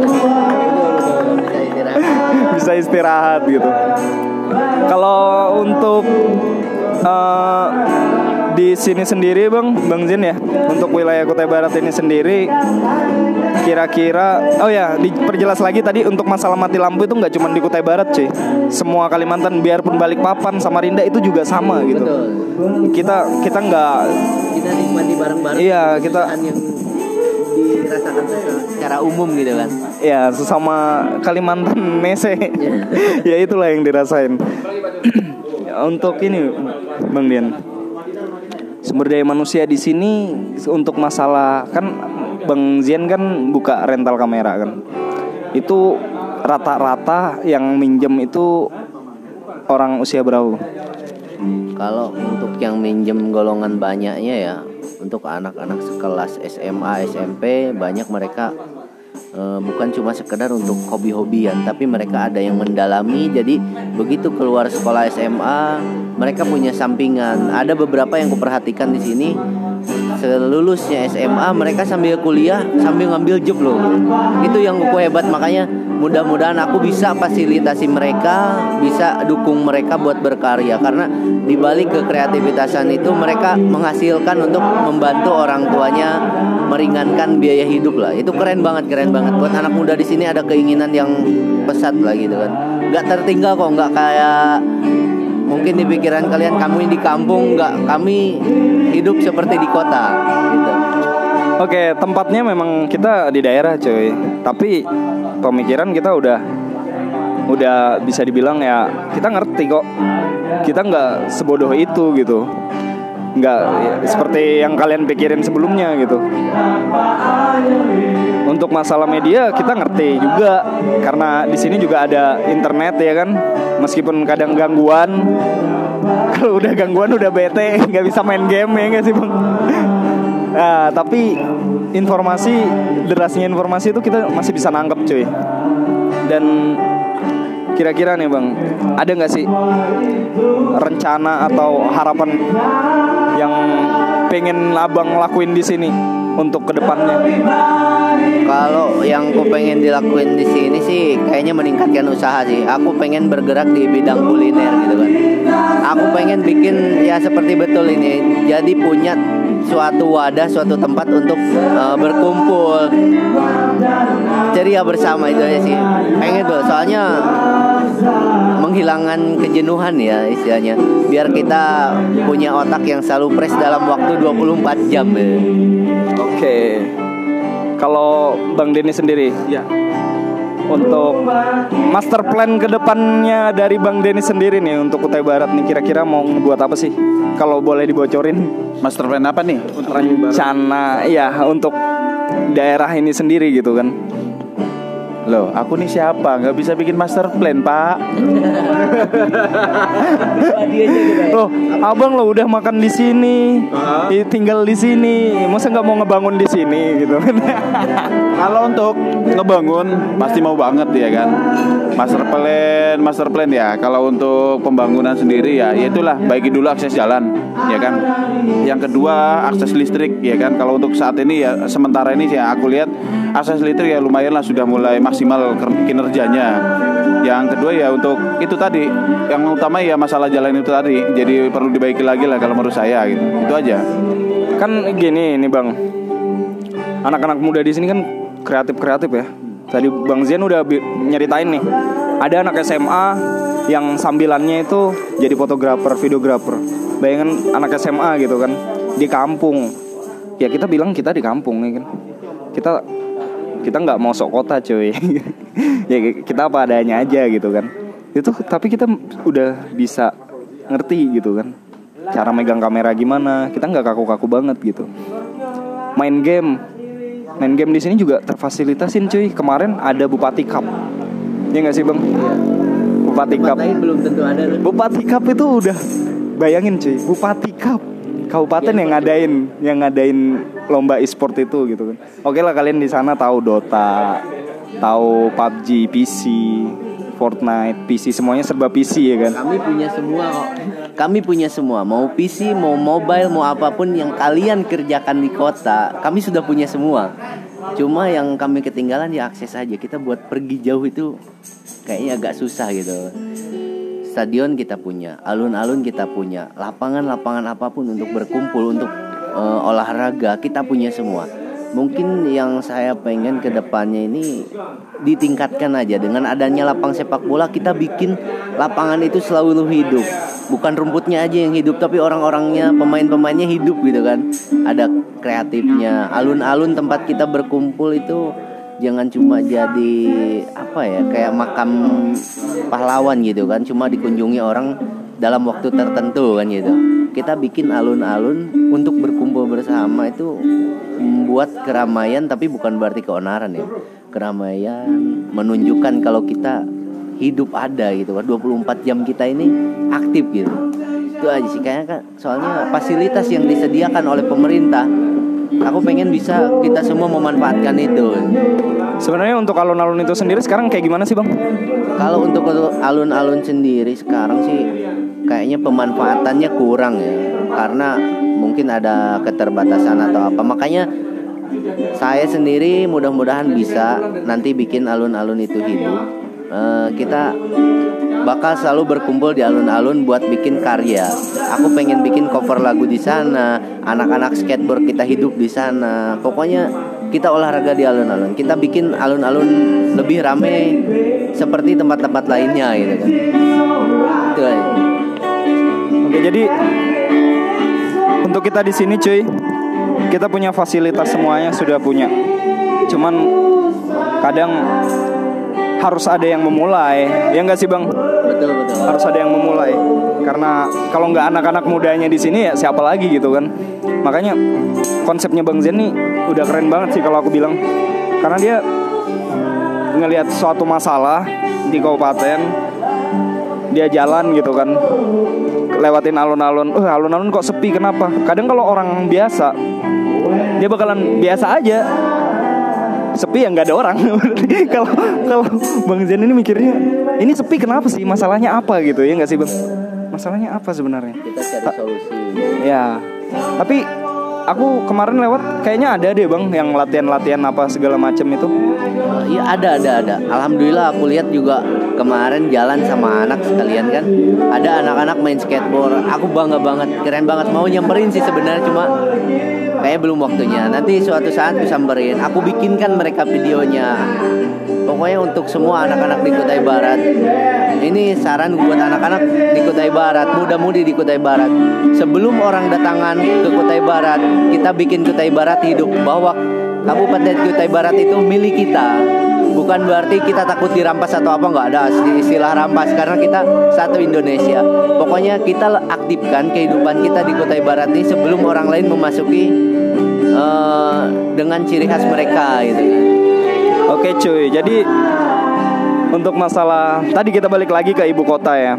Bisa istirahat gitu. Kalau untuk uh, di sini sendiri Bang, Bang Zin ya, untuk wilayah Kutai Barat ini sendiri, kira-kira, oh ya, diperjelas lagi tadi untuk masalah mati lampu itu nggak cuma di Kutai Barat cuy, semua Kalimantan, biarpun Balikpapan, Samarinda itu juga sama gitu. Betul. Kita kita nggak, kita nikmati bareng-bareng. Iya kita yang dirasakan secara umum gitu kan. Ya sesama Kalimantan Mese. Ya itulah yang dirasain. Untuk ini Bang Dian, sumber daya manusia di sini untuk masalah kan Bang Zian kan buka rental kamera kan. Itu rata-rata yang minjem itu orang usia berapa? Kalau untuk yang minjem golongan banyaknya ya, untuk anak-anak sekelas S M A, S M P banyak mereka e, bukan cuma sekedar untuk hobi-hobian, tapi mereka ada yang mendalami. Jadi begitu keluar sekolah S M A, mereka punya sampingan. Ada beberapa yang kuperhatikan di sini, selulusnya S M A mereka sambil kuliah sambil ngambil job loh. Itu yang aku hebat, makanya mudah-mudahan aku bisa fasilitasi mereka, bisa dukung mereka buat berkarya. Karena dibalik kekreativitasan itu mereka menghasilkan untuk membantu orang tuanya, meringankan biaya hidup lah. Itu keren banget, keren banget. Buat anak muda di sini ada keinginan yang pesat lah gitu kan. Gak tertinggal kok, gak kayak mungkin di pikiran kalian kami di kampung, gak, kami hidup seperti di kota gitu. Oke, tempatnya memang kita di daerah cuy, tapi pemikiran kita udah udah bisa dibilang ya kita ngerti kok. Kita nggak sebodoh itu gitu, nggak ya, seperti yang kalian pikirin sebelumnya gitu. Untuk masalah media kita ngerti juga, karena di sini juga ada internet ya kan. Meskipun kadang gangguan, kalau udah gangguan udah bete, nggak bisa main game ya nggak sih Bang? Nah, tapi informasi, derasnya informasi itu kita masih bisa nangkep cuy. Dan kira-kira nih Bang, ada gak sih rencana atau harapan yang pengen Abang lakuin di sini untuk kedepannya? Kalau yang aku pengen dilakuin di sini sih kayaknya meningkatkan usaha sih. Aku pengen bergerak di bidang kuliner gitu kan. Aku pengen bikin ya seperti betul ini, jadi punya suatu wadah, suatu tempat untuk uh, berkumpul ceria bersama, itu aja sih. Pengen tuh, soalnya menghilangkan kejenuhan ya istilahnya, biar kita punya otak yang selalu fresh dalam waktu dua puluh empat jam ya. Oke. Kalau Bang Denny sendiri ya, untuk master plan kedepannya dari Bang Denny sendiri nih untuk Kutai Barat nih, kira-kira mau buat apa sih? Kalau boleh dibocorin. Master plan apa nih? Rencana ya untuk daerah ini sendiri gitu kan. Loh, aku nih siapa? Gak bisa bikin master plan, Pak. Loh, abang lo udah makan di sini, uh-huh. tinggal di sini, masa nggak mau ngebangun di sini gitu? Kalau untuk ngebangun pasti mau banget ya kan. Master plan, master plan ya. Kalau untuk pembangunan sendiri ya, ya itulah baiki dulu akses jalan, ya kan. Yang kedua akses listrik, ya kan. Kalau untuk saat ini ya sementara ini ya aku lihat akses listrik ya lumayan lah, sudah mulai maksimal kinerjanya. Yang kedua ya untuk itu tadi, yang utama ya masalah jalan itu tadi. Jadi perlu dibaiki lagi lah kalau menurut saya gitu. Itu aja. Kan gini nih Bang, anak-anak muda di sini kan kreatif-kreatif ya. Tadi Bang Zian udah bi- nyeritain nih, ada anak S M A yang sambilannya itu jadi fotografer, videografer. Bayangin anak S M A gitu kan, di kampung. Ya kita bilang kita di kampung ya kan. Kita kita nggak mau sok kota cuy. Ya kita apa adanya aja gitu kan. Itu tapi kita udah bisa ngerti gitu kan, cara megang kamera gimana. Kita nggak kaku-kaku banget gitu. Main game, main game di sini juga terfasilitasin cuy. Kemarin ada Bupati Cup, ya nggak sih bang? Bupati Cup. Belum tentu ada. Bupati Cup itu udah, bayangin cuy, Bupati Cup, kabupaten yang ngadain, yang ngadain lomba e-sport itu gitu kan. Oke lah kalian di sana tahu Dota, tahu P U B G, P C, Fortnite, P C, semuanya serba P C ya kan. Kami punya semua kok. Kami punya semua, mau P C, mau mobile, mau apapun yang kalian kerjakan di kota, kami sudah punya semua. Cuma yang kami ketinggalan ya akses aja. Kita buat pergi jauh itu kayaknya agak susah gitu. Stadion kita punya, alun-alun kita punya, lapangan-lapangan apapun untuk berkumpul, untuk uh, olahraga kita punya semua. Mungkin yang saya pengen ke depannya ini ditingkatkan aja dengan adanya lapang sepak bola. Kita bikin lapangan itu selalu hidup, bukan rumputnya aja yang hidup, tapi orang-orangnya, pemain-pemainnya hidup gitu kan. Ada kreatifnya. Alun-alun tempat kita berkumpul itu jangan cuma jadi apa ya, kayak makam pahlawan gitu kan, cuma dikunjungi orang dalam waktu tertentu kan gitu. Kita bikin alun-alun untuk berkumpul bersama, itu membuat keramaian, tapi bukan berarti keonaran ya. Keramaian menunjukkan kalau kita hidup ada gitu kan, dua puluh empat jam kita ini aktif gitu. Itu aja sih kayaknya kan, soalnya fasilitas yang disediakan oleh pemerintah, aku pengen bisa kita semua memanfaatkan itu. Sebenarnya untuk alun-alun itu sendiri sekarang kayak gimana sih bang? Kalau untuk alun-alun sendiri sekarang sih kayaknya pemanfaatannya kurang ya, karena mungkin ada keterbatasan atau apa. Makanya saya sendiri mudah-mudahan bisa nanti bikin alun-alun itu hidup. uh, Kita bakal selalu berkumpul di alun-alun buat bikin karya. Aku pengen bikin cover lagu di sana, anak-anak skateboard kita hidup di sana. Pokoknya kita olahraga di alun-alun. Kita bikin alun-alun lebih rame seperti tempat-tempat lainnya gitu kan. Itu aja. Oke, jadi untuk kita di sini cuy, kita punya fasilitas semuanya sudah punya. Cuman kadang harus ada yang memulai, ya nggak sih bang? Betul betul. Harus ada yang memulai. Karena kalau nggak anak-anak mudanya di sini ya siapa lagi gitu kan? Makanya konsepnya Bang Zen nih udah keren banget sih kalau aku bilang. Karena dia ngelihat suatu masalah di kabupaten, dia jalan gitu kan, lewatin alun-alun. Eh alun-alun kok sepi, kenapa? Kadang kalau orang biasa, dia bakalan biasa aja, sepi ya nggak ada orang. Kalau kalau Bang Zen ini mikirnya, ini sepi kenapa sih? Masalahnya apa gitu ya nggak sih bang? Masalahnya apa sebenarnya? Kita cari solusi. Ya, tapi aku kemarin lewat kayaknya ada deh bang yang latihan-latihan apa segala macam itu. Iya uh, ada ada ada. Alhamdulillah aku lihat juga kemarin jalan sama anak sekalian kan. Ada anak-anak main skateboard. Aku bangga banget, keren banget. Mau nyamperin sih sebenarnya, cuma kayaknya belum waktunya. Nanti suatu saat aku samperin. Aku bikinkan mereka videonya. Pokoknya untuk semua anak-anak di Kutai Barat, ini saran buat anak-anak di Kutai Barat, muda-mudi di Kutai Barat. Sebelum orang datangan ke Kutai Barat, kita bikin Kutai Barat hidup, bahwa Kabupaten Kutai Barat itu milik kita. Bukan berarti kita takut dirampas atau apa, nggak ada istilah rampas, karena kita satu Indonesia. Pokoknya kita aktifkan kehidupan kita di Kutai Barat ini sebelum orang lain memasuki uh, dengan ciri khas mereka gitu. Oke cuy, jadi untuk masalah tadi kita balik lagi ke ibu kota ya.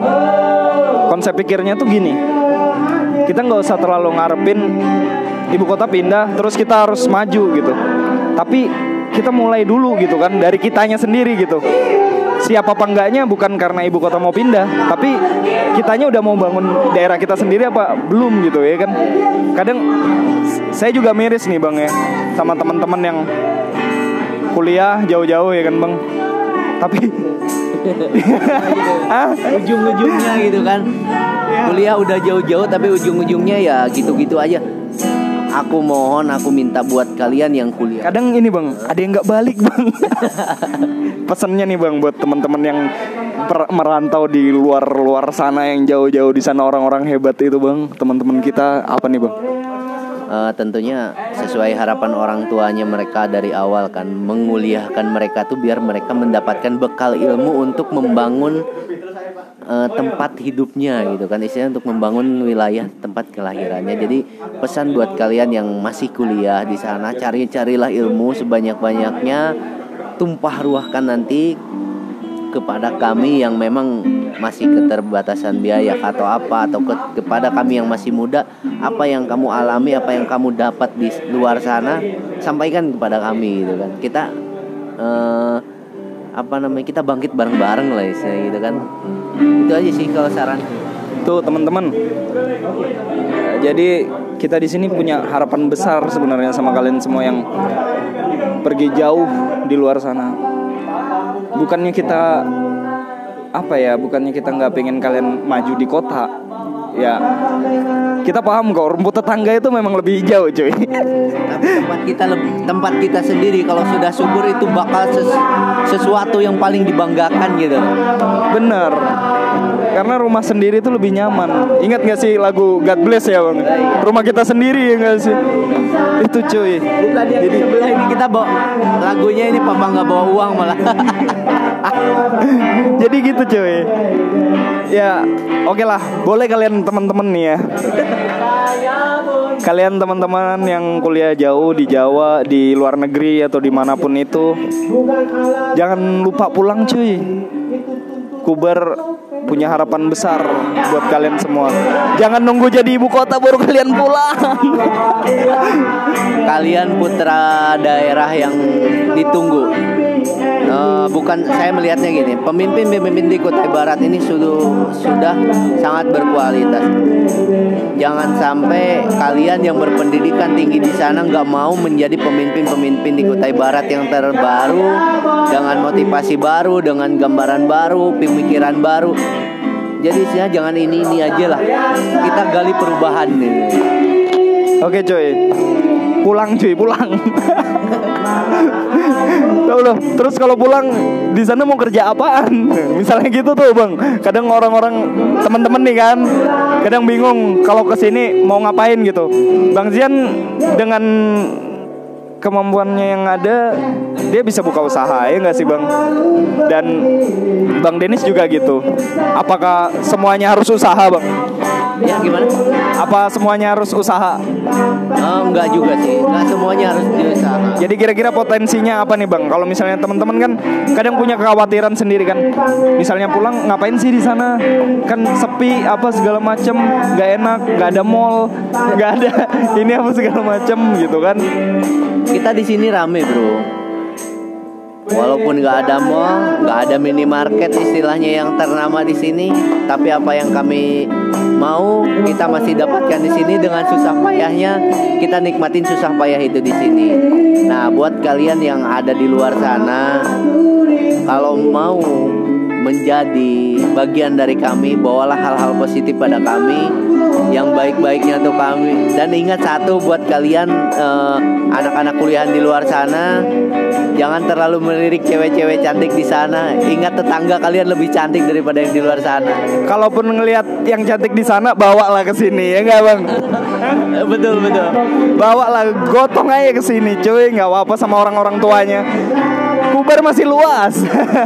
Konsep pikirnya tuh gini, kita nggak usah terlalu ngarepin ibu kota pindah terus kita harus maju gitu. Tapi kita mulai dulu gitu kan, dari kitanya sendiri gitu. Siapa apa enggaknya bukan karena ibu kota mau pindah, tapi kitanya udah mau bangun daerah kita sendiri apa belum gitu ya kan. Kadang saya juga miris nih bang ya, sama teman-teman yang kuliah jauh-jauh ya kan bang. Tapi ujung-ujungnya gitu kan, kuliah udah jauh-jauh tapi ujung-ujungnya ya gitu-gitu aja. Aku mohon, aku minta buat kalian yang kuliah. Kadang ini bang, ada yang nggak balik bang. Pesannya nih bang buat teman-teman yang per- merantau di luar-luar sana yang jauh-jauh di sana orang-orang hebat itu bang, teman-teman kita apa nih bang? Uh, tentunya sesuai harapan orang tuanya mereka dari awal kan, menguliahkan mereka tuh biar mereka mendapatkan bekal ilmu untuk membangun uh, tempat hidupnya gitu kan, istilahnya untuk membangun wilayah tempat kelahirannya. Jadi pesan buat kalian yang masih kuliah di sana, cari-carilah ilmu sebanyak-banyaknya, tumpah ruahkan nanti kepada kami yang memang masih keterbatasan biaya atau apa, atau ke, kepada kami yang masih muda, apa yang kamu alami, apa yang kamu dapat di luar sana, sampaikan kepada kami gitu kan. Kita eh, apa namanya, kita bangkit bareng-bareng lah istilahnya gitu kan. Itu aja sih kalau saran. Tuh teman-teman, jadi kita di sini punya harapan besar sebenarnya sama kalian semua yang pergi jauh di luar sana. Bukannya kita apa ya, bukannya kita nggak pengen kalian maju di kota, ya kita paham kok rumput tetangga itu memang lebih hijau cuy. Tapi tempat kita lebih, tempat kita sendiri kalau sudah subur itu bakal ses, sesuatu yang paling dibanggakan gitu. Bener, karena rumah sendiri itu lebih nyaman. Ingat gak sih lagu God Bless ya bang? Rumah kita sendiri ya gak sih? Itu cuy. Bukan yang di sebelah ini kita bawa lagunya ini papa nggak bawa uang malah. Jadi gitu cuy. Ya oke okay lah, boleh kalian teman-teman nih ya. Kalian teman-teman yang kuliah jauh di Jawa, di luar negeri atau dimanapun itu, jangan lupa pulang cuy. Kubar punya harapan besar buat kalian semua. Jangan nunggu jadi ibu kota baru kalian pulang. Kalian putra daerah yang ditunggu. Uh, bukan, saya melihatnya gini, pemimpin-pemimpin di Kutai Barat ini sudah sudah sangat berkualitas. Jangan sampai kalian yang berpendidikan tinggi di sana nggak mau menjadi pemimpin-pemimpin di Kutai Barat yang terbaru, dengan motivasi baru, dengan gambaran baru, pemikiran baru. Jadi sih jangan ini ini aja lah. Kita gali perubahan nih. Oke cuy, pulang cuy, pulang. Tahu loh. Terus kalau pulang di sana mau kerja apaan? Misalnya gitu tuh bang. Kadang orang-orang teman-teman nih kan, kadang bingung kalau kesini mau ngapain gitu. Bang Zian dengan kemampuannya yang ada, dia bisa buka usaha ya nggak sih bang? Dan Bang Dennis juga gitu. Apakah semuanya harus usaha bang? Ya gimana? Apa semuanya harus usaha? Oh, enggak juga sih, enggak semuanya harus diusaha. Jadi kira-kira potensinya apa nih bang? Kalau misalnya teman-teman kan kadang punya kekhawatiran sendiri kan. Misalnya pulang ngapain sih di sana? Kan sepi apa segala macem, nggak enak, nggak ada mall, nggak ada ini apa segala macem gitu kan. Kita di sini rame bro. Walaupun nggak ada mall, nggak ada minimarket istilahnya yang ternama di sini, tapi apa yang kami mau kita masih dapatkan di sini dengan susah payahnya. Kita nikmatin susah payah itu di sini. Nah, buat kalian yang ada di luar sana, kalau mau menjadi bagian dari kami, bawalah hal-hal positif pada kami, yang baik-baiknya untuk kami. Dan ingat satu buat kalian eh, anak-anak kuliahan di luar sana, jangan terlalu melirik cewek-cewek cantik di sana. Ingat tetangga kalian lebih cantik daripada yang di luar sana. Kalaupun ngelihat yang cantik di sana, bawalah ke sini ya nggak bang? Betul betul. Bawalah, gotong aja ke sini cuy, nggak apa-apa sama orang-orang tuanya. Kubar masih luas.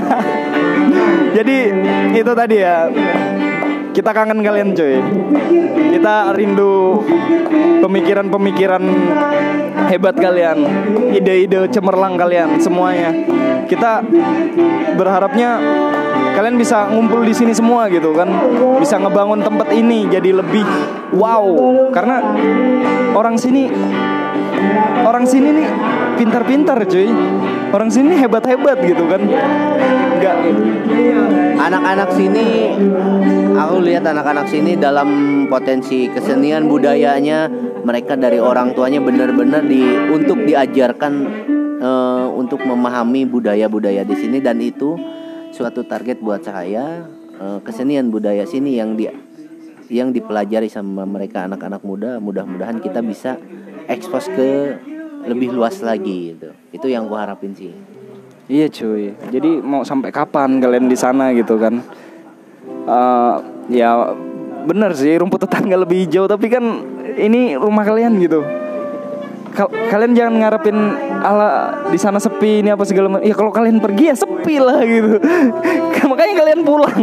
Jadi itu tadi ya, kita kangen kalian cuy. Kita rindu pemikiran-pemikiran hebat kalian, ide-ide cemerlang kalian semuanya. Kita berharapnya kalian bisa ngumpul di sini semua gitu kan, bisa ngebangun tempat ini jadi lebih wow. Karena orang sini Orang sini nih pintar-pintar cuy. Orang sini hebat-hebat gitu kan. Enggak. Anak-anak sini, aku lihat anak-anak sini dalam potensi kesenian budayanya, mereka dari orang tuanya benar-benar di untuk diajarkan uh, untuk memahami budaya-budaya di sini, dan itu suatu target buat saya. Uh, kesenian budaya sini yang di yang dipelajari sama mereka anak-anak muda, mudah-mudahan kita bisa ekspos ke lebih luas lagi gitu. Itu yang gua harapin sih. Iya cuy. Jadi mau sampai kapan kalian di sana gitu kan? Uh, ya benar sih, rumput tetangga lebih hijau, tapi kan ini rumah kalian gitu. Kal- kalian jangan ngarepin ala di sana sepi ini apa segala macam. Ya kalau kalian pergi ya sepi lah gitu. Makanya kalian pulang.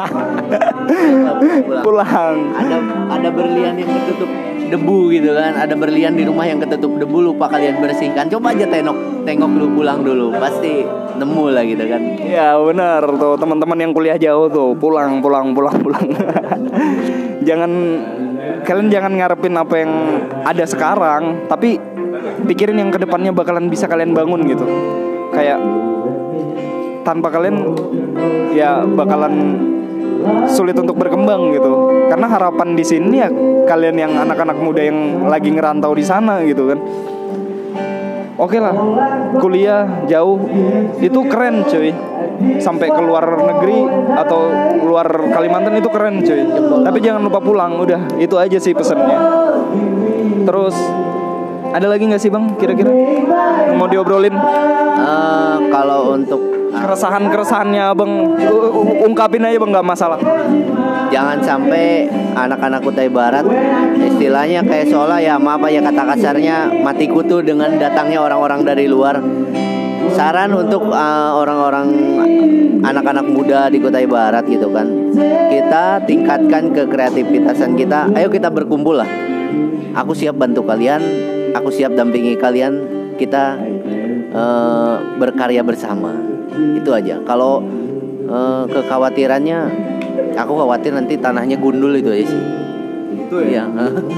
Pulang. Ada ada berlian yang ketutup debu gitu kan. Ada berlian di rumah yang ketutup debu, lupa kalian bersihkan. Coba aja tengok tengok lu pulang dulu, pasti nemu lah gitu kan. Ya benar tuh teman-teman yang kuliah jauh tuh, pulang pulang pulang pulang. Jangan kalian jangan ngarepin apa yang ada sekarang, tapi pikirin yang kedepannya bakalan bisa kalian bangun gitu. Kayak tanpa kalian ya bakalan sulit untuk berkembang gitu. Karena harapan di sini ya kalian yang anak-anak muda yang lagi ngerantau di sana gitu kan. Oke lah, kuliah jauh itu keren cuy. Sampai ke luar negeri atau luar Kalimantan itu keren cuy. Tapi jangan lupa pulang, udah itu aja sih pesannya. Terus ada lagi nggak sih bang kira-kira yang mau diobrolin? Uh, kalau untuk keresahan-keresahannya bang ungkapin aja bang, nggak masalah. Jangan sampai anak-anak Kutai Barat istilahnya kayak seolah ya maaf ya kata kasarnya mati kutu dengan datangnya orang-orang dari luar. Saran untuk uh, orang-orang anak-anak muda di Kutai Barat gitu kan, kita tingkatkan kekreativitasan kita. Ayo kita berkumpul lah. Aku siap bantu kalian, aku siap dampingi kalian. Kita uh, berkarya bersama. Itu aja. Kalau uh, kekhawatirannya, aku khawatir nanti tanahnya gundul itu aja sih. Itu ya.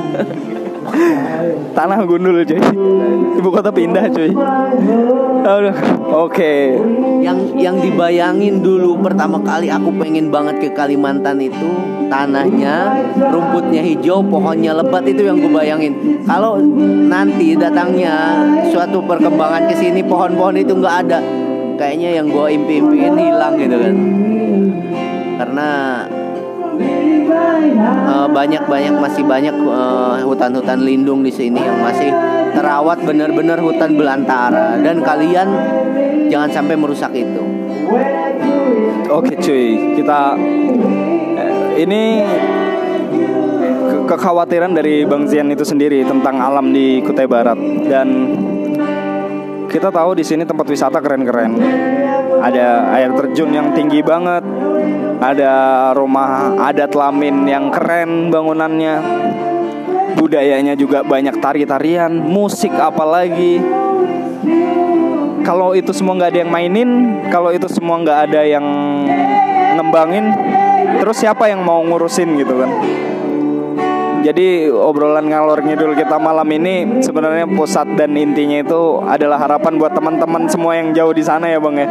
Tanah gundul cuy. Ibu kota pindah cuy. Aduh, oke. Okay. Yang yang dibayangin dulu pertama kali aku pengen banget ke Kalimantan itu tanahnya, rumputnya hijau, pohonnya lebat, itu yang gue bayangin. Kalau nanti datangnya suatu perkembangan ke sini pohon-pohon itu nggak ada, kayaknya yang gue impi-impiin hilang gitu kan. Karena uh, banyak-banyak masih banyak uh, hutan-hutan lindung di sini yang masih terawat benar-benar hutan belantara, dan kalian jangan sampai merusak itu. Oke cuy, kita eh, ini ke- kekhawatiran dari Bang Zian itu sendiri tentang alam di Kutai Barat, dan kita tahu di sini tempat wisata keren-keren. Ada air terjun yang tinggi banget, ada rumah adat Lamin yang keren bangunannya, budayanya juga banyak tari-tarian, musik apalagi. Kalau itu semua nggak ada yang mainin, kalau itu semua nggak ada yang ngembangin, terus siapa yang mau ngurusin gitu kan? Jadi obrolan ngalor ngidul kita malam ini sebenarnya pusat dan intinya itu adalah harapan buat teman-teman semua yang jauh di sana ya bang ya.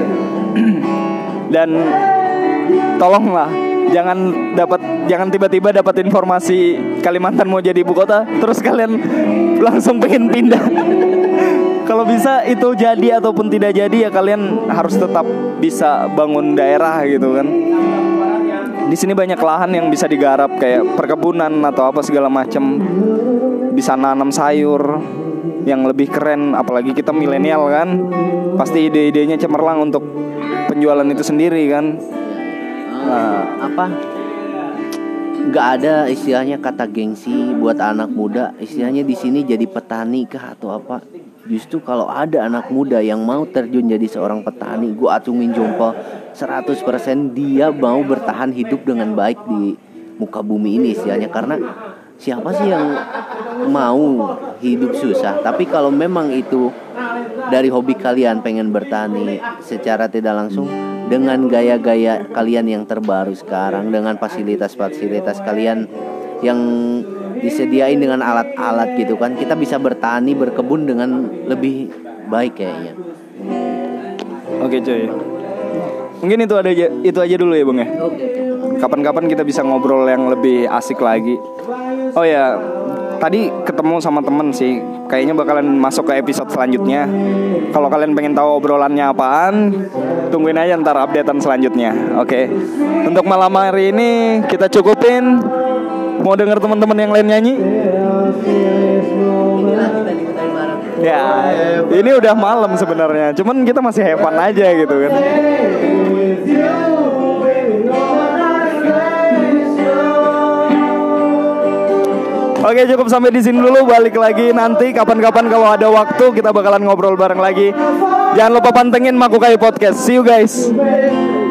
Dan tolonglah jangan dapat jangan tiba-tiba dapat informasi Kalimantan mau jadi ibu kota terus kalian langsung pengen pindah. Kalau bisa itu jadi ataupun tidak jadi ya kalian harus tetap bisa bangun daerah gitu kan. Di sini banyak lahan yang bisa digarap kayak perkebunan atau apa segala macam. Bisa nanam sayur yang lebih keren, apalagi kita milenial kan. Pasti ide-idenya cemerlang untuk penjualan itu sendiri kan. Uh, apa? Gak ada istilahnya kata gengsi buat anak muda. Istilahnya di sini jadi petani kah atau apa? Justru kalau ada anak muda yang mau terjun jadi seorang petani, gue acungin jempol seratus persen dia mau bertahan hidup dengan baik di muka bumi ini istilahnya. Karena siapa sih yang mau hidup susah? Tapi kalau memang itu dari hobi kalian pengen bertani secara tidak langsung, dengan gaya-gaya kalian yang terbaru sekarang, dengan fasilitas-fasilitas kalian yang disediain dengan alat-alat gitu kan, kita bisa bertani, berkebun dengan lebih baik kayaknya. Oke coy, mungkin itu ada aja, itu aja dulu ya bang ya. Kapan-kapan kita bisa ngobrol yang lebih asik lagi. Oh ya, tadi ketemu sama temen sih, kayaknya bakalan masuk ke episode selanjutnya. Kalau kalian pengen tahu obrolannya apaan, tungguin aja ntar updatean selanjutnya. Oke, untuk malam hari ini kita cukupin. Mau denger teman-teman yang lain nyanyi? Inilah kita di Kutai Barat. Ya, ini udah malam sebenarnya. Cuman kita masih have fun aja gitu kan. Oke, cukup sampai di sini dulu. Balik lagi nanti kapan-kapan kalau ada waktu kita bakalan ngobrol bareng lagi. Jangan lupa pantengin Makukai Podcast. See you guys.